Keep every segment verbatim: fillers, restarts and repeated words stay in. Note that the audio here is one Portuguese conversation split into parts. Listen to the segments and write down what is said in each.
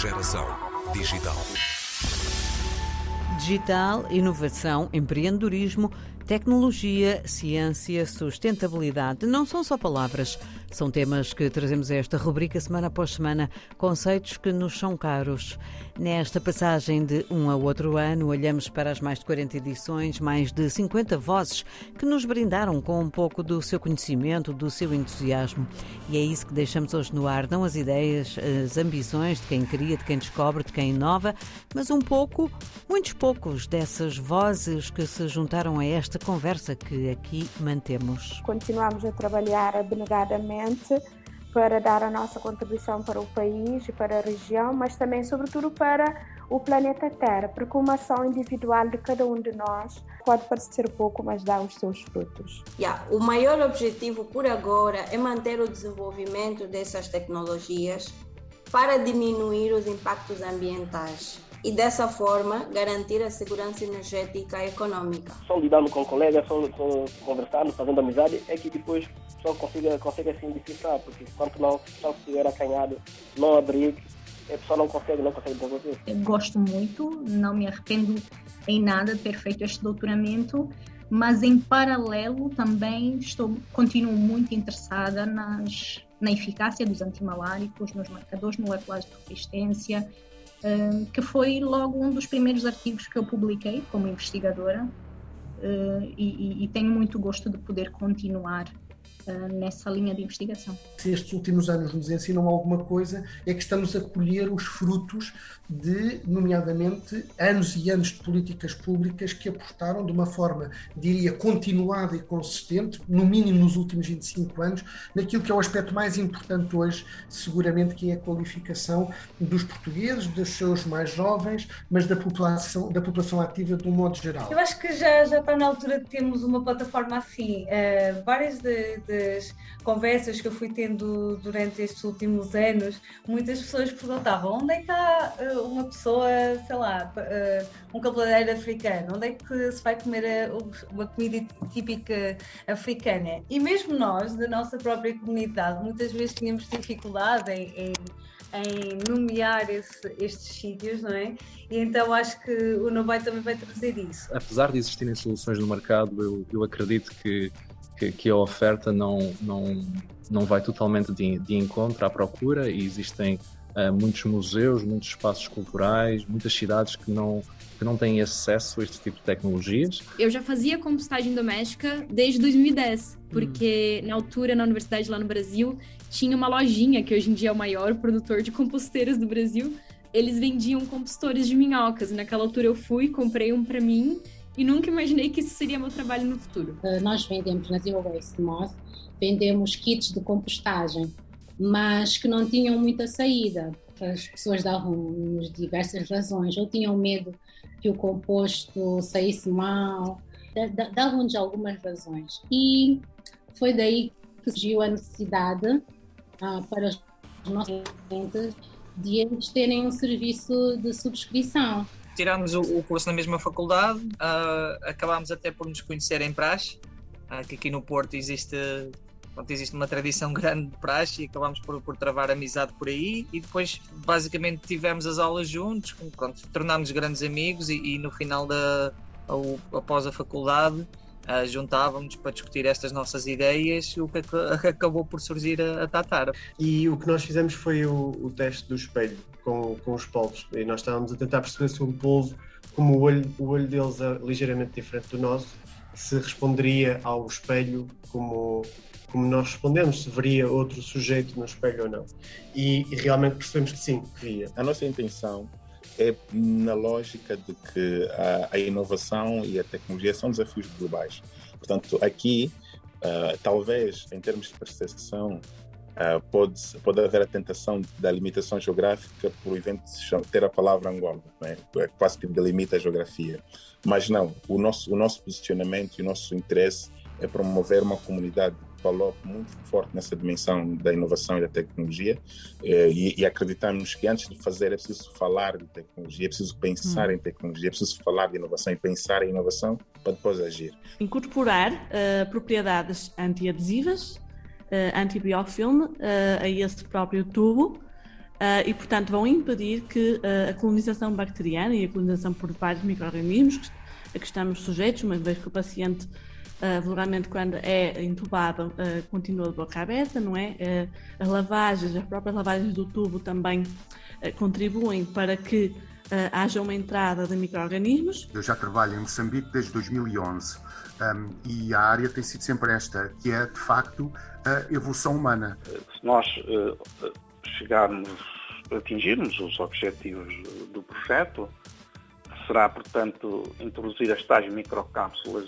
Geração Digital. Digital, inovação, empreendedorismo, tecnologia, ciência, sustentabilidade. Não são só palavras, são temas que trazemos a esta rubrica semana após semana, conceitos que nos são caros. Nesta passagem de um a outro ano, olhamos para as mais de quarenta edições, mais de cinquenta vozes que nos brindaram com um pouco do seu conhecimento, do seu entusiasmo. E é isso que deixamos hoje no ar, não as ideias, as ambições de quem cria, de quem descobre, de quem inova, mas um pouco, muitos poucos dessas vozes que se juntaram a esta conversa que aqui mantemos. Continuamos a trabalhar abnegadamente para dar a nossa contribuição para o país e para a região, mas também, sobretudo, para o planeta Terra, porque uma ação individual de cada um de nós pode parecer pouco, mas dá os seus frutos. Yeah, o maior objetivo por agora é manter o desenvolvimento dessas tecnologias para diminuir os impactos ambientais e, dessa forma, garantir a segurança energética e econômica. Só lidando com colegas, só, só conversando, fazendo amizade, é que depois só consiga, consegue assim decifrar, porque quanto não, só estiver acanhado, não abrir, a pessoa não consegue, não consegue desenvolver. Eu gosto muito, não me arrependo em nada de ter feito este doutoramento, mas em paralelo também estou, continuo muito interessada nas, na eficácia dos antimaláricos, nos marcadores moleculares de resistência, que foi logo um dos primeiros artigos que eu publiquei como investigadora, e, e tenho muito gosto de poder continuar nessa linha de investigação. Se estes últimos anos nos ensinam alguma coisa, é que estamos a colher os frutos de, nomeadamente, anos e anos de políticas públicas que apostaram de uma forma, diria, continuada e consistente, no mínimo nos últimos vinte e cinco anos, naquilo que é o aspecto mais importante hoje, seguramente, que é a qualificação dos portugueses, dos seus mais jovens, mas da população, da população ativa de um modo geral. Eu acho que já, já está na altura de termos uma plataforma assim. Uh, várias de, das conversas que eu fui tendo durante estes últimos anos, muitas pessoas perguntavam onde é que está uh, uma pessoa, sei lá, uh, um cabeleireiro africano, onde é que se vai comer a, uma comida típica africana? E mesmo nós, da nossa própria comunidade, muitas vezes tínhamos dificuldade em, em, em nomear esse, estes sítios, não é? E então acho que o Novai também vai trazer isso. Apesar de existirem soluções no mercado, eu, eu acredito que Que, que a oferta não, não, não vai totalmente de, de encontro à procura, e existem uh, muitos museus, muitos espaços culturais, muitas cidades que não, que não têm acesso a este tipo de tecnologias. Eu já fazia compostagem doméstica desde dois mil e dez, porque hum. na altura, na universidade lá no Brasil, tinha uma lojinha, que hoje em dia é o maior produtor de composteiras do Brasil. Eles vendiam compostores de minhocas, e naquela altura eu fui, comprei um para mim, e nunca imaginei que isso seria meu trabalho no futuro. Nós vendemos na Zero Waste Moth, vendemos kits de compostagem, mas que não tinham muita saída. As pessoas davam-nos diversas razões, ou tinham medo que o composto saísse mal, davam-nos algumas razões. E foi daí que surgiu a necessidade ah, para os nossos clientes de eles terem um serviço de subscrição. Tirámos o, o curso na mesma faculdade, uh, acabámos até por nos conhecer em praxe, uh, que aqui no Porto existe, pronto, existe uma tradição grande de praxe, e acabámos por, por travar amizade por aí, e depois basicamente tivemos as aulas juntos, pronto, tornámos grandes amigos, e, e no final da, ao, após a faculdade uh, juntávamos para discutir estas nossas ideias, o que acabou por surgir a, a Tatara. E o que nós fizemos foi o, o teste do espelho com, com os polvos, e nós estávamos a tentar perceber se um polvo, como o olho, o olho deles é ligeiramente diferente do nosso, se responderia ao espelho como, como nós respondemos, se veria outro sujeito no espelho ou não. E, e realmente percebemos que sim, que via. A nossa intenção é na lógica de que a, a inovação e a tecnologia são desafios globais. Portanto, aqui, uh, talvez, em termos de percepção, Uh, pode, pode haver a tentação da limitação geográfica por o evento ter a palavra Angola, né? Quase que delimita a geografia. Mas não, o nosso, o nosso posicionamento e o nosso interesse é promover uma comunidade de valor muito forte nessa dimensão da inovação e da tecnologia, e, e acreditamos que antes de fazer é preciso falar de tecnologia, é preciso pensar hum. em tecnologia, é preciso falar de inovação e pensar em inovação para depois agir. Incorporar uh, propriedades antiadesivas, Uh, anti-biofilme uh, a esse próprio tubo, Uh, e, portanto, vão impedir que uh, a colonização bacteriana e a colonização por vários micro-organismos a que estamos sujeitos, uma vez que o paciente, uh, vulgarmente, quando é intubado, uh, continua de boca aberta, não é? Uh, as lavagens, as próprias lavagens do tubo também uh, contribuem para que uh, haja uma entrada de micro-organismos. Eu já trabalho em Moçambique desde dois mil e onze um, e a área tem sido sempre esta, que é, de facto, a evolução humana. Se nós uh, chegarmos, atingirmos os objetivos do projeto, será, portanto, introduzir as tais microcápsulas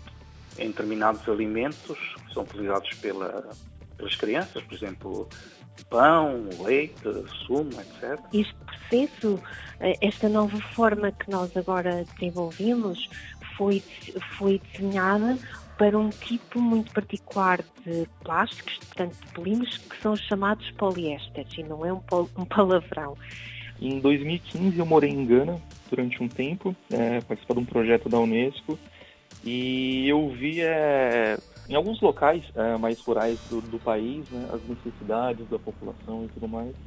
em determinados alimentos que são utilizados pela, pelas crianças, por exemplo, pão, leite, sumo, etcétera. Este processo, esta nova forma que nós agora desenvolvemos, foi, foi desenhada para um tipo muito particular de plásticos, portanto de polímeros, que são os chamados poliésteres, e não é um, pol- um palavrão. Em dois mil e quinze eu morei em Gana durante um tempo, é, participando de um projeto da Unesco, e eu vi é, em alguns locais é, mais rurais do, do país, né, as necessidades da população e tudo mais,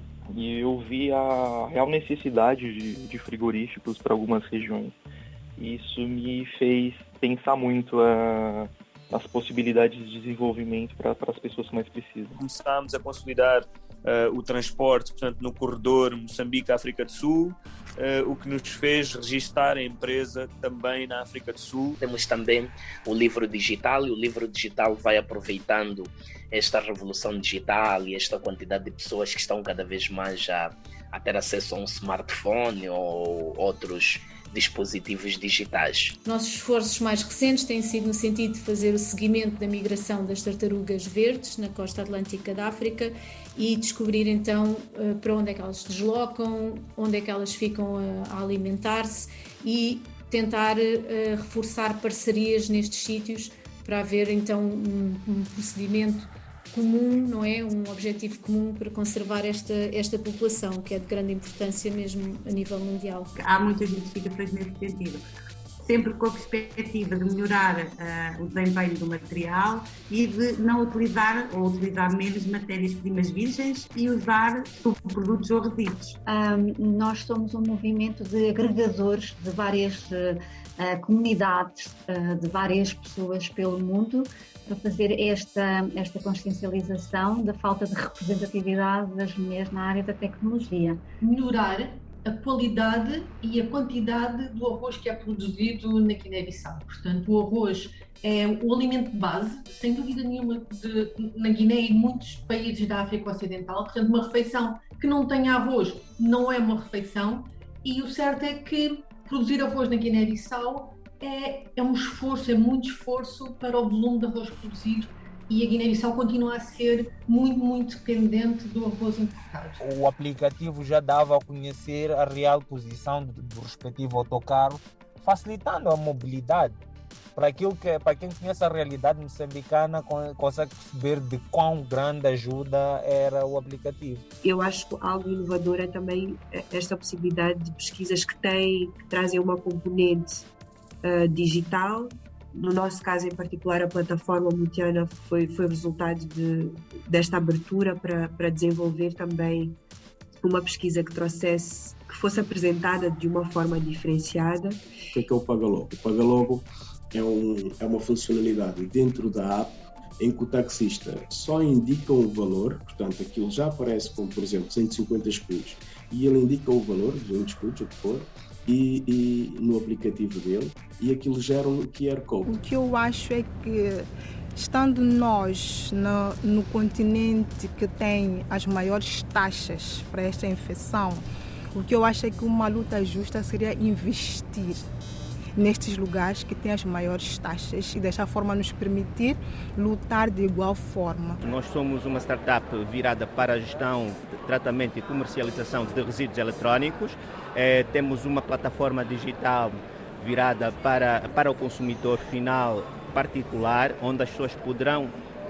e eu vi a real necessidade de, de frigoríficos para algumas regiões. Isso me fez pensar muito uh, nas possibilidades de desenvolvimento para as pessoas que mais precisam. Começámos a consolidar uh, o transporte, portanto, no corredor Moçambique-África do Sul, uh, o que nos fez registar a empresa também na África do Sul. Temos também o livro digital, e o livro digital vai aproveitando esta revolução digital e esta quantidade de pessoas que estão cada vez mais a, a ter acesso a um smartphone ou outros dispositivos digitais. Nossos esforços mais recentes têm sido no sentido de fazer o seguimento da migração das tartarugas verdes na costa atlântica da África e descobrir então para onde é que elas se deslocam, onde é que elas ficam a alimentar-se e tentar reforçar parcerias nestes sítios para haver então um, um procedimento comum, não é? Um objetivo comum para conservar esta, esta população, que é de grande importância mesmo a nível mundial. Há muitas investigações nesse sentido, sempre com a perspectiva de melhorar uh, o desempenho do material e de não utilizar ou utilizar menos matérias-primas virgens e usar subprodutos ou resíduos. Um, nós somos um movimento de agregadores de várias uh, uh, comunidades, uh, de várias pessoas pelo mundo, para fazer esta, esta consciencialização da falta de representatividade das mulheres na área da tecnologia. Melhorar a qualidade e a quantidade do arroz que é produzido na Guiné-Bissau. Portanto, o arroz é o alimento de base, sem dúvida nenhuma, de, na Guiné e em muitos países da África Ocidental. Portanto, uma refeição que não tenha arroz não é uma refeição, e o certo é que produzir arroz na Guiné-Bissau É, é um esforço, é muito esforço para o volume de arroz produzido, e a Guiné-Bissau continua a ser muito, muito dependente do arroz importado. O aplicativo já dava a conhecer a real posição do, do respectivo autocarro, facilitando a mobilidade. Para, aquilo que, para quem conhece a realidade moçambicana, consegue perceber de quão grande ajuda era o aplicativo. Eu acho que algo inovador é também esta possibilidade de pesquisas que, têm, que trazem uma componente Uh, digital. No nosso caso em particular, a plataforma Mutiana foi, foi resultado de, desta abertura para, para desenvolver também uma pesquisa que trouxesse, que fosse apresentada de uma forma diferenciada. O que é, que é o Paga Logo? O Paga Logo é, um, é uma funcionalidade dentro da app em que o taxista só indica o valor, portanto aquilo já aparece como, por exemplo, cento e cinquenta escudos, e ele indica o valor, duzentos escudos, o que for, E, e no aplicativo dele, e aquilo gera um Q R Code. O que eu acho é que, estando nós no, no continente que tem as maiores taxas para esta infecção, o que eu acho é que uma luta justa seria investir nestes lugares que têm as maiores taxas e desta forma nos permitir lutar de igual forma. Nós somos uma startup virada para a gestão, tratamento e comercialização de resíduos eletrónicos. É, temos uma plataforma digital virada para, para o consumidor final particular, onde as pessoas poderão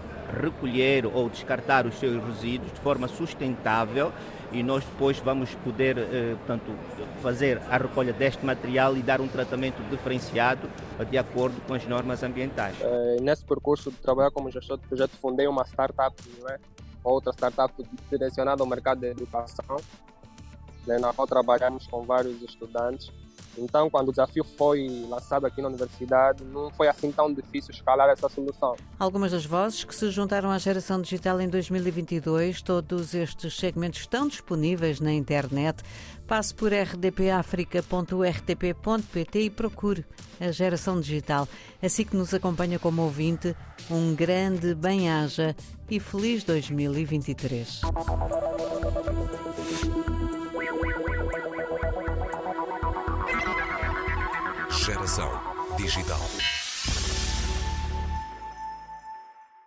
recolher ou descartar os seus resíduos de forma sustentável, e nós depois vamos poder eh, portanto, fazer a recolha deste material e dar um tratamento diferenciado de acordo com as normas ambientais. Uh, nesse percurso de trabalhar como gestor de projeto, fundei uma startup, não é? outra startup direcionada ao mercado da educação, né, na qual trabalhamos com vários estudantes. Então, quando o desafio foi lançado aqui na universidade, não foi assim tão difícil escalar essa solução. Algumas das vozes que se juntaram à geração digital em dois mil e vinte e dois, todos estes segmentos estão disponíveis na internet. Passe por r d p africa ponto r t p ponto p t e procure a geração digital. Assim que nos acompanha como ouvinte, um grande bem-aja e feliz dois mil e vinte e três. Geração Digital.